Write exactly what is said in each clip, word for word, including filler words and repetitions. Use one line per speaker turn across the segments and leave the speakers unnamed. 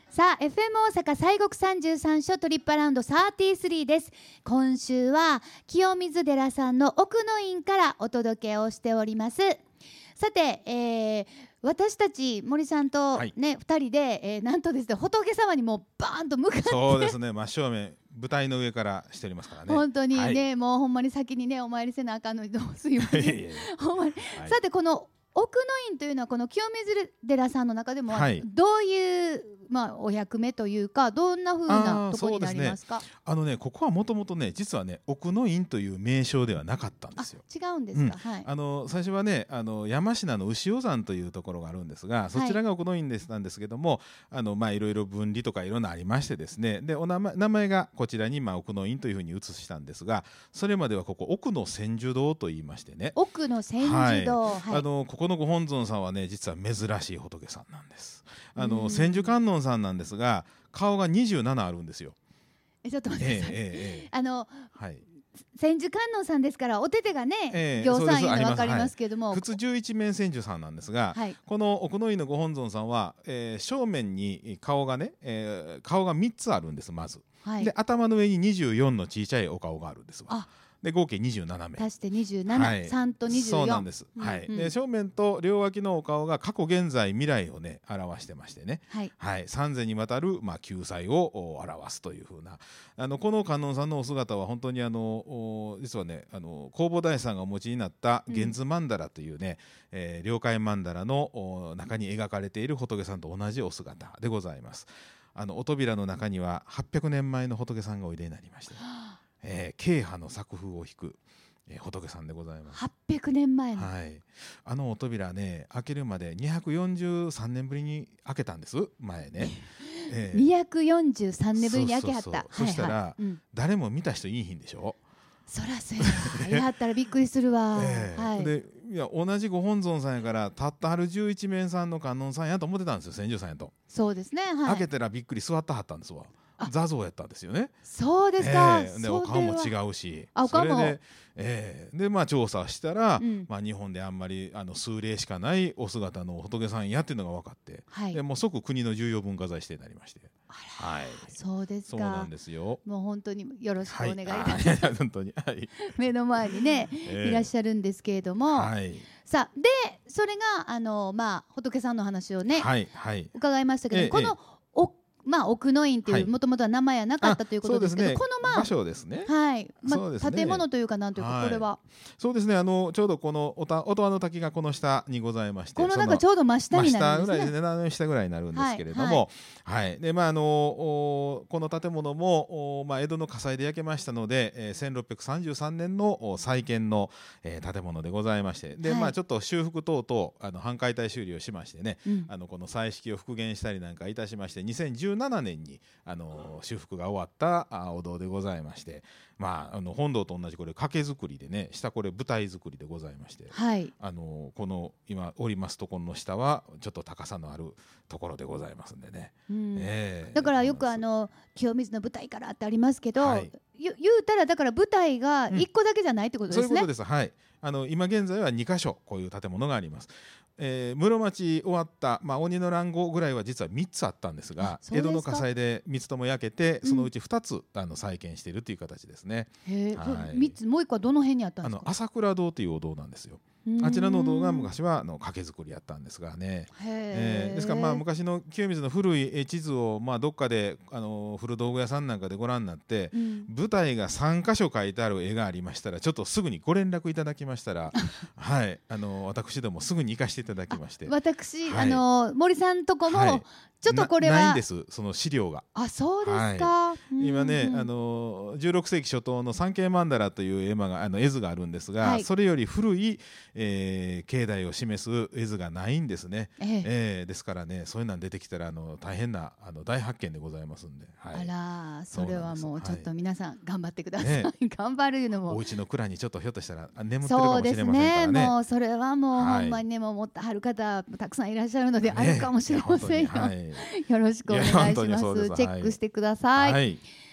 さあ エフエム 大阪西国さんじゅうさん所トリップアラウンドさんじゅうさんです。今週は清水寺さんの奥の院からお届けをしております。さて、えー、私たち森さんとね、はい、ふたりで、えー、なんとですね仏様にもうバーンと向かって
そうですね真正面舞台の上からしておりますからね。
本当にね、はい、もうほんまに先にねお参りせなあかんのにどうすいませんほんまに、はい、さてこの奥の院というのはこの清水寺さんの中でもどういう、まあ、お役目というかどんな風なところになりますか？
あ、そうですね、あのねここはもともとね実はね奥の院という名称ではなかったんですよ。
違うんですか、
うん、
はい、
あの最初はねあの山科の牛尾山というところがあるんですがそちらが奥の院ですなんですけども、はい、あのまあいろいろ分離とかいろんなありましてですねでお名前、名前がこちらにまあ奥の院というふうに移したんですがそれまではここ奥の千手堂と言いましてね
奥の千手堂、はいはい、
あのここのご本尊さんはね実は珍しい仏さんなんです。あの千手観音さんなんですが顔がにじゅうななあるんですよ。
えちょっと待ってください、えーえー、あの、
はい、
千手観音さんですからお手手がね、えー、行さんいうの分かりますけども、はい、
普通じゅういち面千手さんなんですが、はい、この奥の院のご本尊さんは、えー、正面に顔がね、えー、顔がみっつあるんですまず、はい、で頭の上ににじゅうよんの小さいお顔があるんですわ。で合計にじゅうななめ
足してにじゅうなな、はい、さんとにじゅうよん
そうなんです、うんうん、はい、で正面と両脇のお顔が過去現在未来をね表してましてね、はいはい、三世にわたる、まあ、救済を表すというふうなあのこの観音さんのお姿は本当にあの実はねあの弘法大師さんがお持ちになった源図曼荼羅というね、うんえー、両界曼荼羅の中に描かれている仏さんと同じお姿でございます。あのお扉の中にははっぴゃくねんまえの仏さんがおいでになりましてえー、慶派の作風を引く、えー、仏さんでございます。
はっぴゃくねんまえの、
はい、あのお扉ね開けるまでにひゃくよんじゅうさんねんぶりに開けたんです前ね、
えー、にひゃくよんじゅうさんねんぶりに開けはった。そうそう
そう、そしたら、はいはいうん、誰も見た人いいひんでしょ。
そらそうややったらびっくりするわ、
えーはい、でいや同じご本尊さんやからたったはるじゅういち面さんの観音さんやと思ってたんですよ千手さんやと。
そうですね、はい、
開けたらびっくり座ってはったんですわ。座像やったんですよね。
そうですか、
えー、でお顔も違うし
お顔も
それで、えー、でまあ調査したら、うんまあ、日本であんまりあの数例しかないお姿の仏さんやっていうのが分かって、はい、でもう即国の重要文化財指定になりまして。
はい、そうですか。
そうなんですよ。
もう本当によろしくお願いいたします、
はい、本当に、はい、
目の前にね、えー、いらっしゃるんですけれども、はい、さあでそれがあの、まあ、仏さんの話をね、はいはい、伺いましたけど、えー、この、えーまあ、奥の院というもともとは名前はなかったということですけど、
ね、
このまあ
場所ですね、
はいまあね、建物というかなんというか、はい、これは
そうですねあのちょうどこの音羽の滝がこの下にございまして
この中ちょうど真下になるんですね。
真下ぐらいでね下ぐらいになるんですけれども、はいはいはいでまあ、あのこの建物も、まあ、江戸の火災で焼けましたので、えー、せんろっぴゃくさんじゅうさんねんの再建の、えー、建物でございましてで、はいまあ、ちょっと修復等々あの半解体修理をしましてね、うん、あのこの彩色を復元したりなんかいたしましてにせんじゅうななねんにあの修復が終わったあお堂でございまして、まあ、あの本堂と同じこれ掛け作りでね下これ舞台作りでございまして、はい、あのこの今おりますところの下はちょっと高さのあるところでございますんでね、うん
えー、だからよくあの清水の舞台からってありますけど、はい、言うたらだから舞台がいっこだけじゃないってことですね、うん、
そういうことです、はい、あの今現在はにかしょこういう建物があります。えー、室町終わった、まあ、鬼の乱後ぐらいは実はみっつあったんですが江戸の火災でみっつとも焼けてそのうちふたつ、うん、あの再建しているという形ですね。
へ、はい、みっつもういっこはどの辺にあったんですか？
あの朝倉堂というお堂なんですよ。あちらのお堂が昔はあの掛け作りやったんですがね、えー、ですからまあ昔の清水の古い地図をまあどっかであの古道具屋さんなんかでご覧になって、うん、舞台がさんかしょ書いてある絵がありましたらちょっとすぐにご連絡いただきましたらはいあの私どもすぐに行かせていただきまして
私、はい、あの森さんとこも、はいちょっとこれは
な, ないんですその資料が。
あそうですか、はい、
今ねあのじゅうろくせいき初頭の三景曼荼羅という絵馬があの絵図があるんですが、はい、それより古い、えー、境内を示す絵図がないんですね、えーえー、ですからねそういうのが出てきたらあの大変なあの大発見でございますんで、はい、
あらそれはもうちょっと皆さん頑張ってください、はいね、頑張るのも
お家の蔵にちょっとひょっとしたら眠ってるかもしれませんからね。そうですね
もうそれはもう、はい、ほんまにねもう持ってはる方たくさんいらっしゃるのであるかもしれませんよ、ねよろしくお願いします。チェックしてください、はい、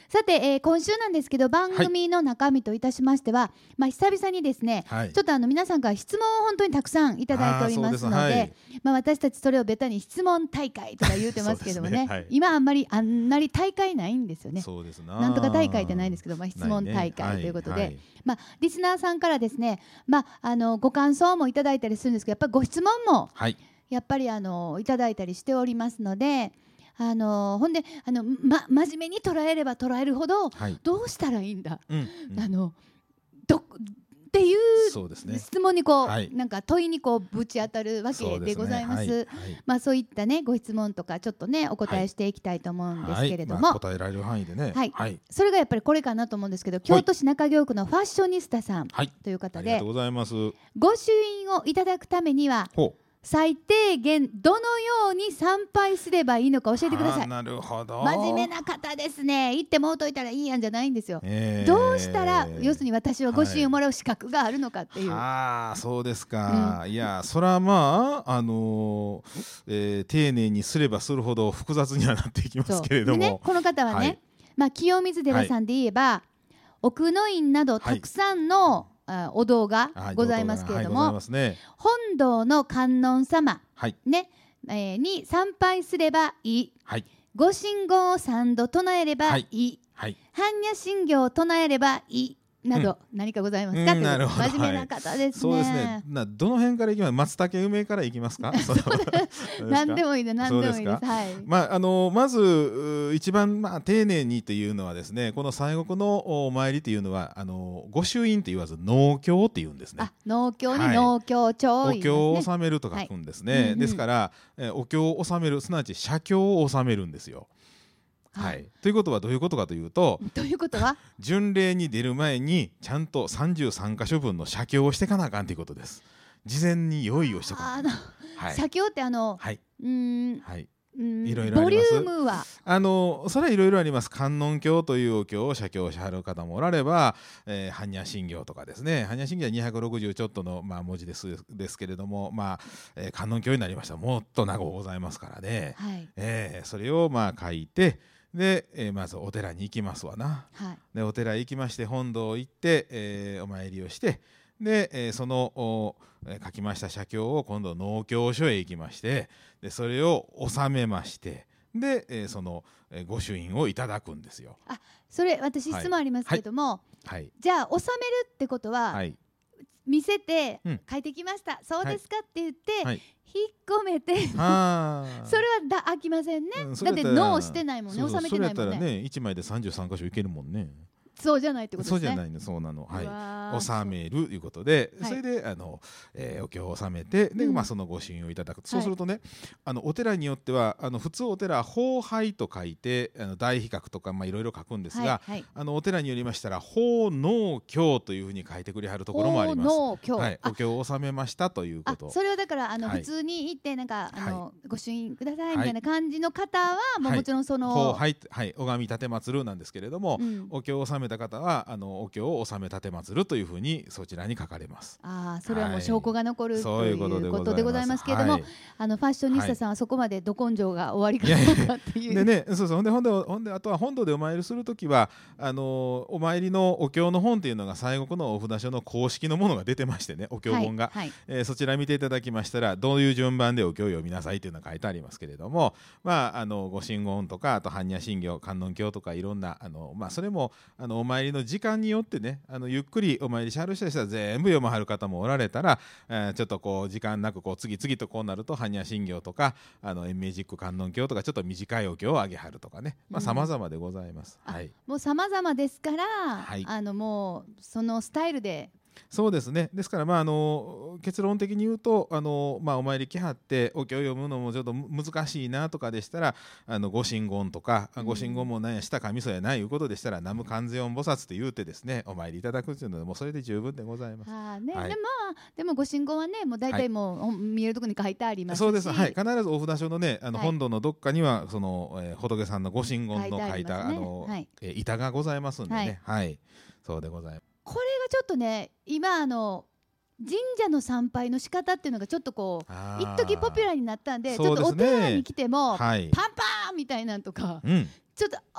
さて、えー、今週なんですけど番組の中身といたしましては、はい、まあ、久々にですね、はい、ちょっとあの皆さんから質問を本当にたくさんいただいておりますので、はい、まあ、私たちそれをベタに質問大会とか言うてますけどもね、ね、はい、今あんまりあんなに大会ないんですよね。
そうですな、
なんとか大会ってないんですけど、まあ、質問大会ということで、ね、はいはい、まあ、リスナーさんからですね、まあ、あのご感想もいただいたりするんですけど、やっぱりご質問もやっぱりあのいただいたりしておりますので、あのほんであの、ま、真面目に捉えれば捉えるほど、はい、どうしたらいいんだ、うんうん、あのどっていう質問にこう、はい、なんか問いにこうぶち当たるわけでございます。そうですね、はいはい、まあ、そういったねご質問とかちょっとねお答えしていきたいと思うんですけれども、
はいはい、まあ、答えられる範囲でね、
はいはい、それがやっぱりこれかなと思うんですけど、京都市中京区のファッショニスタさんという方で、
はい、ありがとうございます。
御朱印をいただくためには最低限どのように参拝すればいいのか教えてください。
なるほど、
真面目な方ですね。行ってもうといたらいいやんじゃないんですよ、えー、どうしたら要するに私は御朱印をもらう資格があるのかっていう、はい、
ああそうですか、うん、いやそれはまあ、あのーえー、丁寧にすればするほど複雑にはなっていきますけれども、
ね、この方はね、はい、まあ、清水寺さんで言えば、はい、奥の院などたくさんの、はい、お堂がございますけれども、はい、ね、本堂の観音様、はい、ね、えー、に参拝すればいい、はい、御神言を三度唱えればいい、はい、般若心経を唱えればいいなど、うん、何かございますか、うん、なるほど、真面目な方ですね、はい、そうですね。
などの辺からいきます？松茸梅からいきますか？
何でもいいです、何でもいいです。はい、
まあ、あのまず一番、まあ、丁寧にというのはですね、この西国のお参りというのはあの御朱印と言わず納経って言うんですね。あ、
納経に納経帳を言いますね。
お経を納めると書くんですね、はい、うんうん、ですから、えお経を納める、すなわち写経を納めるんですよ。はい、ということはどういうことかというと、
どういうことは
巡礼に出る前にちゃんとさんじゅうさん箇所分の写経をしてかなあかんということです。事前に用意をしておかな、
はい、写経ってあの、はい、うーん、
はい、
いろいろあります。ボリュームは
あのそれはいろいろあります。観音経というお経を写経しはる方もおられば、えー、般若心経とかですね、般若心経はにひゃくろくじゅうちょっとの、まあ、文字ですですけれども、まあえー、観音経になりましたらもっと長ございますからね、はい、えー、それをまあ書いて、で、えー、まずお寺に行きますわな、はい、でお寺行きまして本堂行って、えー、お参りをして、で、えー、その、えー、書きました写経を今度納経所へ行きまして、でそれを納めまして、で、えー、その、えー、御朱印をいただくんですよ。
あ、それ私質問ありますけれども、はいはい、じゃあ納めるってことは、はい、見せて、うん、書いてきました、そうですかって言って、はい、引っ込めてあそれはだ飽きませんね、うん、だって納してないもんね、納めてないもんね。
それやったらねいちまいでさんじゅうさん箇所いけるもんね。
そうじゃないってことですね。
そうじゃないの、そうなの、はい、納めるということで、はい、それであの、えー、お経を納めて、で、うん、まあ、その御朱印をいただく。そうするとね、はい、あのお寺によってはあの普通お寺は法拝と書いてあの大比較とか、まあ、いろいろ書くんですが、はいはい、あのお寺によりましたら法納経というふうに書いてくれはるところもあります。法納経、はい、お経を納めましたということ。
それはだからあの、はい、普通に行ってなんかあの、はい、御朱印くださいみたいな感じの方は、もうもちろんその
法拝、はい、拝み立て祭るなんですけれども、うん、お経を納めた方はあのお経を納め立て祭るというふうにそちらに書かれます。
あ、それはもう証拠が残る、はい、ということでございますけれども、はい、あのファッショニスタさんはそこまでど根性が終わりかどうかっていう。
でね、そうそう、ほんでほんでほんであとは本堂でお参りするときはあのお参りのお経の本っていうのが西国のお札所の公式のものが出てましてね、お経本が、はいはい、えー、そちら見ていただきましたらどういう順番でお経を読みなさいっていうのが書いてありますけれども、まああの御神言とかあと般若心経、観音経とかいろんなあの、まあ、それもあのお参りの時間によってね、あのゆっくりお参りしはる人でしたら全部読まはる方もおられたら、えー、ちょっとこう時間なくこう次々とこうなると般若心経とかあの延命実句観音経とかちょっと短いお経をあげはるとかね、まあ様々でございます、
うん、
はい、
もう様々ですから、はい、あのもうそのスタイルで。
そうですね。ですから、まあ、あの結論的に言うとあの、まあ、お参り来はってお経を読むのもちょっと難しいなとかでしたらあの御神言とか、うん、御神言も何やしたかみそやないいうことでしたら南無観世音菩薩と言うてですねお参りいただくというのでもうそれで十分でございます。
あ、ね、はい、でもでも御神言はねもう大体もう、はい、見えるところに書いてありますし。
そうです、はい、必ずお札所のねあの、はい、本堂のどっかにはその、えー、仏さんの御神言の書いた、ね、あの、はい、えー、板がございますんでね、はい、はい、そうでございます。
これがちょっとね今あの神社の参拝の仕方っていうのがちょっとこう一時ポピュラーになったんで、ちょっとお寺に来ても、はい、パンパンみたいなんとか、うん、ちょっとあーっ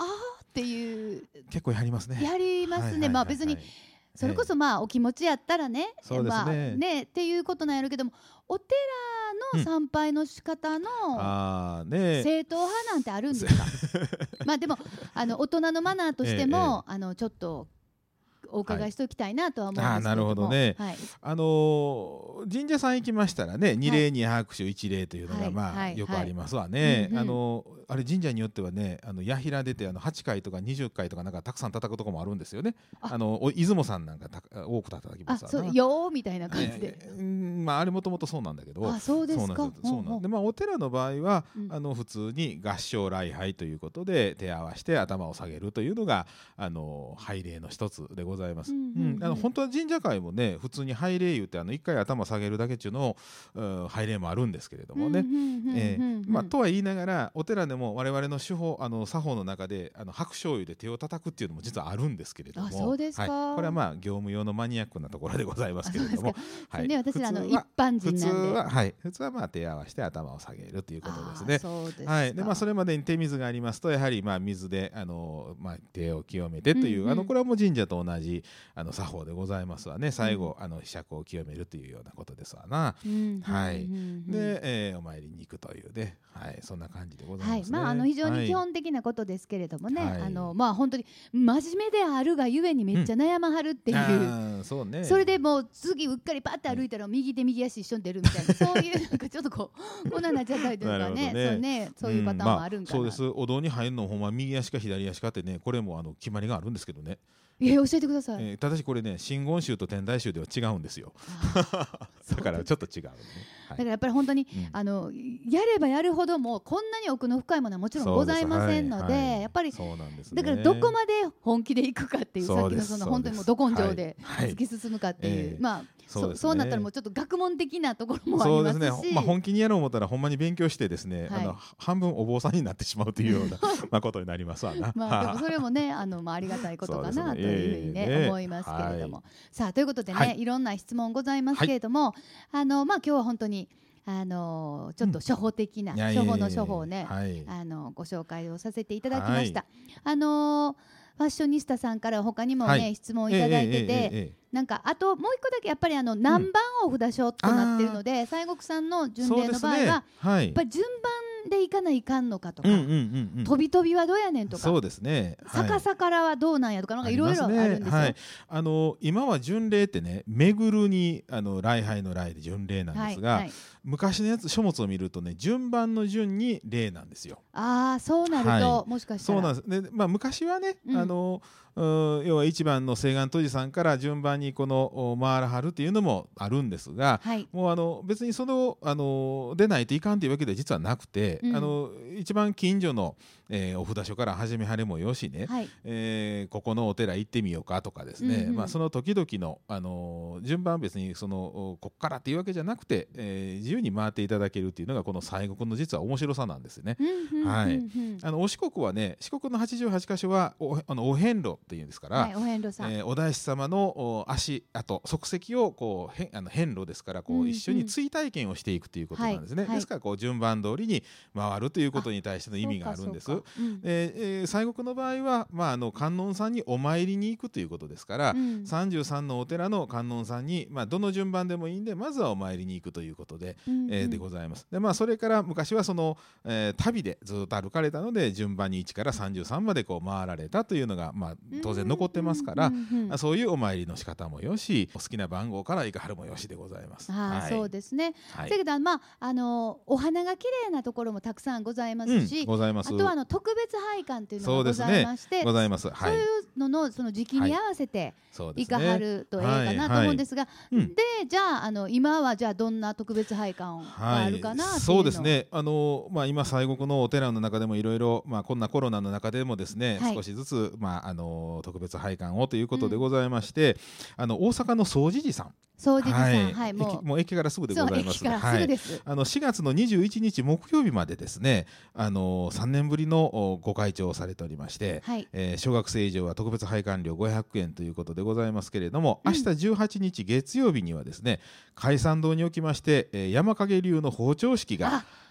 っていう
結構やりますね。
やりますね。まあ別にそれこそまあお気持ちやったらね、
そうですね、
まあ、ねっていうことなんやるけども、お寺の参拝の仕方の正統派なんてあるんですか？まあでもあの大人のマナーとしても、ええ、あのちょっとお伺いしておきたいなとは思うんですけども、
はい、あなるほどね、
はい、
あのー、神社さん行きましたらね、二礼二拍手一礼というのがまあ、はい、よくありますわね。あのー、あれ神社によってはね、あの矢平出てあのはちかいとかにじゅっかいとかなんかたくさん叩くとこもあるんですよね。ああの出雲さんなんかた多く叩きますわな。
あ、そうよーみたいな感じで、
えー、うんまああれもともとそうなんだけど、
あ、そうですか。
そうなんで、まあお寺の場合は、うん、あの普通に合掌礼拝ということで手合わせて頭を下げるというのがあの拝礼の一つでございます。うんうんうん、あの本当は神社会もね、普通に拝礼言ってあの一回頭下げるだけっていうのを拝礼もあるんですけれどもね、とは言いながらお寺でも我々の手法あの作法の中であの白醤油で手を叩くっていうのも実はあるんですけれども、
あ、そうですか、
はい、これはまあ業務用のマニアックなところでございますけれども、
はい、ね、私らの一般人なんで、
普通は、はい、普通はまあ手合わせて頭を下げるということですね。
そうですか。
はい、でまあそれまでに手水がありますとやはりまあ水であの、まあ、手を清めてという、うんうん、あのこれはもう神社と同じあの作法でございますわね。最後、うん、あの柄杓を清めるというようなことですわな。うん、はい、うん、で、えー、お参りに行くというね、はい、そんな感じでございますね。
はい、まああの非常に基本的なことですけれどもね、はい、あのまあ本当に真面目であるがゆえにめっちゃ悩まはるっていう、
うん、そうね、
それでもう次うっかりパッて歩いたら右手右足一緒に出るみたいな、そういうなんかちょっとこうこんなになっちゃったりとか ね, ね, そうねそういうパターンもあるんかな、
うんまあ、そうです。お堂に入るのほんま右足か左足かってね、これもあの決まりがあるんですけどね。
えー、教えてください。
えー、ただしこれね、真言宗と天台宗では違うんですよ。だからちょっと違う、ね、
はい、だからやっぱり本当に、うん、あのやればやるほどもこんなに奥の深いものはもちろんございませんの で, で、はいはい、やっぱりそうなんです、ね、だからどこまで本気でいくかっていう、さっきのその本当にもうど根性で突き進むかっていう、はいはい、まあそうですね、そ, そうなったらもうちょっと学問的なところもありますし、そうですね、
まあ、本気にやろう思ったらほんまに勉強してですね、はい、あの半分お坊さんになってしまうというようなまあことになりますわな。
まあでもそれもねあの、まあ、ありがたいことかなというふうにね、えー、思いますけれども、はい、さあということでね、はい、いろんな質問ございますけれども、はい、あのまあ、今日は本当にあのちょっと初歩的な、うん、初歩の初歩をね、はい、あのご紹介をさせていただきました。はい、あのファッショニスタさんから他にもね、はい、質問いただいてて、えーえーえー、なんかあともう一個だけやっぱりあの何番お札書となってるので、うん、西国さんの巡礼の場合は、ね、はい、やっぱり順番でいかないかんのかとか、うんうんうんうん、飛び飛びはどうやねんとか、
そうですね、
はい、逆さからはどうなんやとか、なんかいろいろあるんですよ。はい、
あの今は巡礼ってね、巡るにあの礼拝の礼で巡礼なんですが、はいはい、昔のやつ書物を見るとね、順番の順に礼なんですよ。
ああ、そうなると、はい、もしかしたら
そうなんです。で、まあ、昔はね、うん、あの要はいちばんの清願当時さんから順番にこの回らはるっていうのもあるんですが、はい、もうあの別にそのあの出ないといかんというわけでは実はなくて、うん、あの一番近所の、えー、お札所から始めはれもよしね、はい、えー、ここのお寺行ってみようかとかですね、うんうん、まあ、その時々の、あの順番は別にそのこっからっていうわけじゃなくて、えー、自由に回っていただけるっていうのがこの西国の実は面白さなんですよね。はい、あのお四国はね、四国のはちじゅうはちかしょは お, あのお遍路っていうんですから、はい、お遍路さん、えー、お大師様の足跡足跡をこうへあの遍路ですからこう、うんうん、一緒に追体験をしていくということなんですね。はい、ですからこう順番通りに回るということに対しての意味があるんです。うん、えー、西国の場合は、まあ、あの観音さんにお参りに行くということですから、うん、さんじゅうさんのお寺の観音さんに、まあ、どの順番でもいいんでまずはお参りに行くということで、うんうん、えー、でございます。で、まあ、それから昔はその、えー、旅でずっと歩かれたので順番にいちからさんじゅうさんまでこう回られたというのが、まあ、当然残ってますから、うんうんうん、そういうお参りの仕方もよし、お好きな番号から行かはるもよしでございます。
あ、はい、そうですね。はい、だけど、まあ、あのお花が綺麗なところもたくさんございますし、うん、ございます。あとはあの特別拝観というのがございまして、そうですね、ございます。はい、そういうののその時期に合わせて行かはるとええかなと思うんですが、はいはい、でじゃあ、あの今はじゃあどんな特別拝観があるかなっていうの、はい、
そうですね。あの、まあ、今西国のお寺の中でもいろいろ、まあ、こんなコロナの中でもですね、はい、少しずつ、まあ、あの特別拝観をということでございまして、うん、あの大阪の総持寺さん、
総持寺さん、はい
はい、もう、もう駅からすぐでございます。駅からすぐです。はい、あのしがつのにじゅういちにち木曜日までですね、あのさんねんぶりのご開帳をされておりまして、はい、えー、小学生以上は特別拝観料ごひゃくえんということでございますけれども、うん、明日じゅうはちにち月曜日にはですね、開山堂におきまして、えー、山影流の包丁式が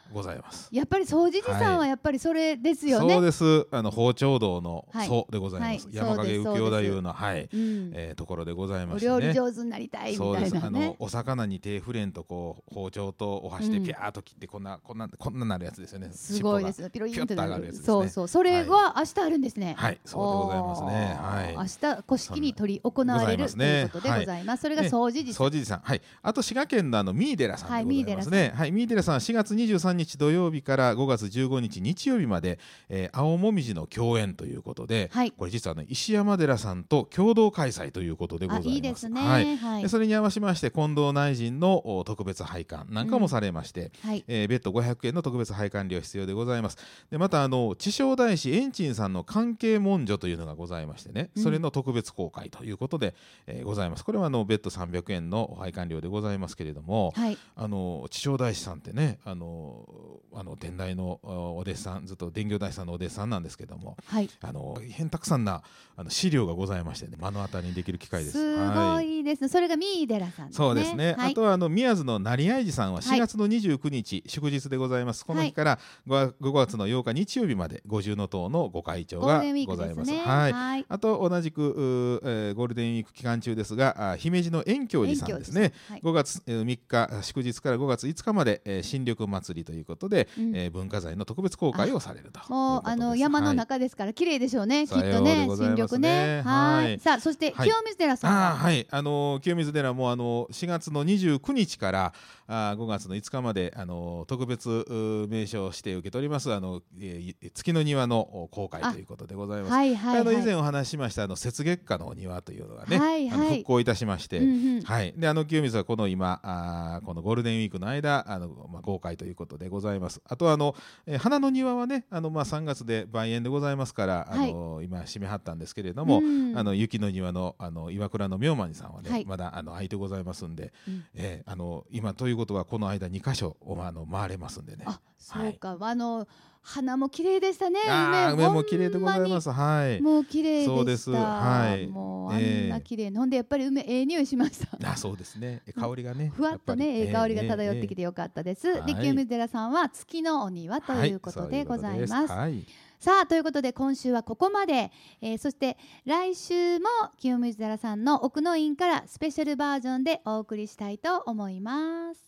ございます。
やっぱり総持寺さんはやっぱりそれですよね。
そうです。あの宝長堂の
はい
祖でございます。
はい
山影
そうです
右京太夫のはい、
うん
えーところでございま
お
してね。
料理上手になりたいみたいなね。
そうです。あのお魚に手触れんとこう包丁とお箸でピャーっと切ってこんな、こんなこんななるやつですよね。
すごいです。ピロリンと
ピュッと上がるやつですね。
そうそう。それが明日あるんですね。
はい、そうでございますね。はい。
明日古式に取り行われるということでございます。それが総持寺さん。
総持寺さん。はい。あと滋賀県のあの三井寺さんでございますね。はい。三井寺さんはしがつにじゅうさんにち土曜日からごがつじゅうごにち日曜日まで、えー、青もみじの共演ということで、はい、これ実はね石山寺さんと共同開催ということでございます。
いいですね。
はい。
はい、
でそれに合わせまして近藤内陣の特別拝観なんかもされまして、うんはい、えー、別途ごひゃくえんの特別拝観料必要でございます。でまたあの知正大師円珍さんの関係文書というのがございましてね、それの特別公開ということで、うんえー、ございます。これはあの別途さんびゃくえんの拝観料でございますけれども、はい、あの知正大師さんってねあのあの伝来のお弟子さんずっと伝教大師さんのお弟子さんなんですけども、はい、あの大変たくさんなあの資料がございましてね目の当たりにできる機会です。
すごいですね、はい、それが三井寺さんですね。
そうですね、はい、あとはあの宮津の成合寺さんはしがつのにじゅうくにち、はい、祝日でございます。この日からごがつのようか日曜日まで五重塔のご会長がございます。ねはいはい、あと同じく、えー、ゴールデンウィーク期間中ですが姫路の円教寺さんですね、はい、ごがつみっか祝日からごがついつかまで、えー、新緑祭りということで、うんえー、文化財の特別公開をされるという
もうあの山の中ですから綺麗でしょうね、はい、きっとね新緑ね。はい、さあそして清水寺さんは、
はい、あの清水寺もあのしがつのにじゅうくにちからあごがつのいつかまであの特別名称指定を受けておりますあの、えー、月の庭の公開ということでございます。はいはいはい、あの以前お話ししましたあの雪月花の庭というのがね、はいはい、あの復興いたしまして、うんうんはい、であの清水はこの今あこのゴールデンウィークの間あの、まあ、公開ということでございます。あとあの、えー、花の庭はねあの、まあ、さんがつで梅園でございますからあの、はい、今締めはったんですけれども、うん、あの雪の庭のあの岩倉の妙満寺さんはね、はい、まだあの空いてございますんで、うんえー、あの今ということはこの間にかしょあの回れますんでね。
あそうか、はい、あの花も綺麗でしたね。
あ梅も綺麗でございます。はい。
もう綺麗でした。
そうです。はい。
もうあんな綺麗、えー、ほんでやっぱり梅ええ匂いしました。
あそうですね。香りがね。
ふわっとねええ香りが漂ってきてよかったです。えー、で清水寺さんは月のお庭ということでございます。はい。さあということで今週はここまで、えー、そして来週も清水寺さんの奥の院からスペシャルバージョンでお送りしたいと思います。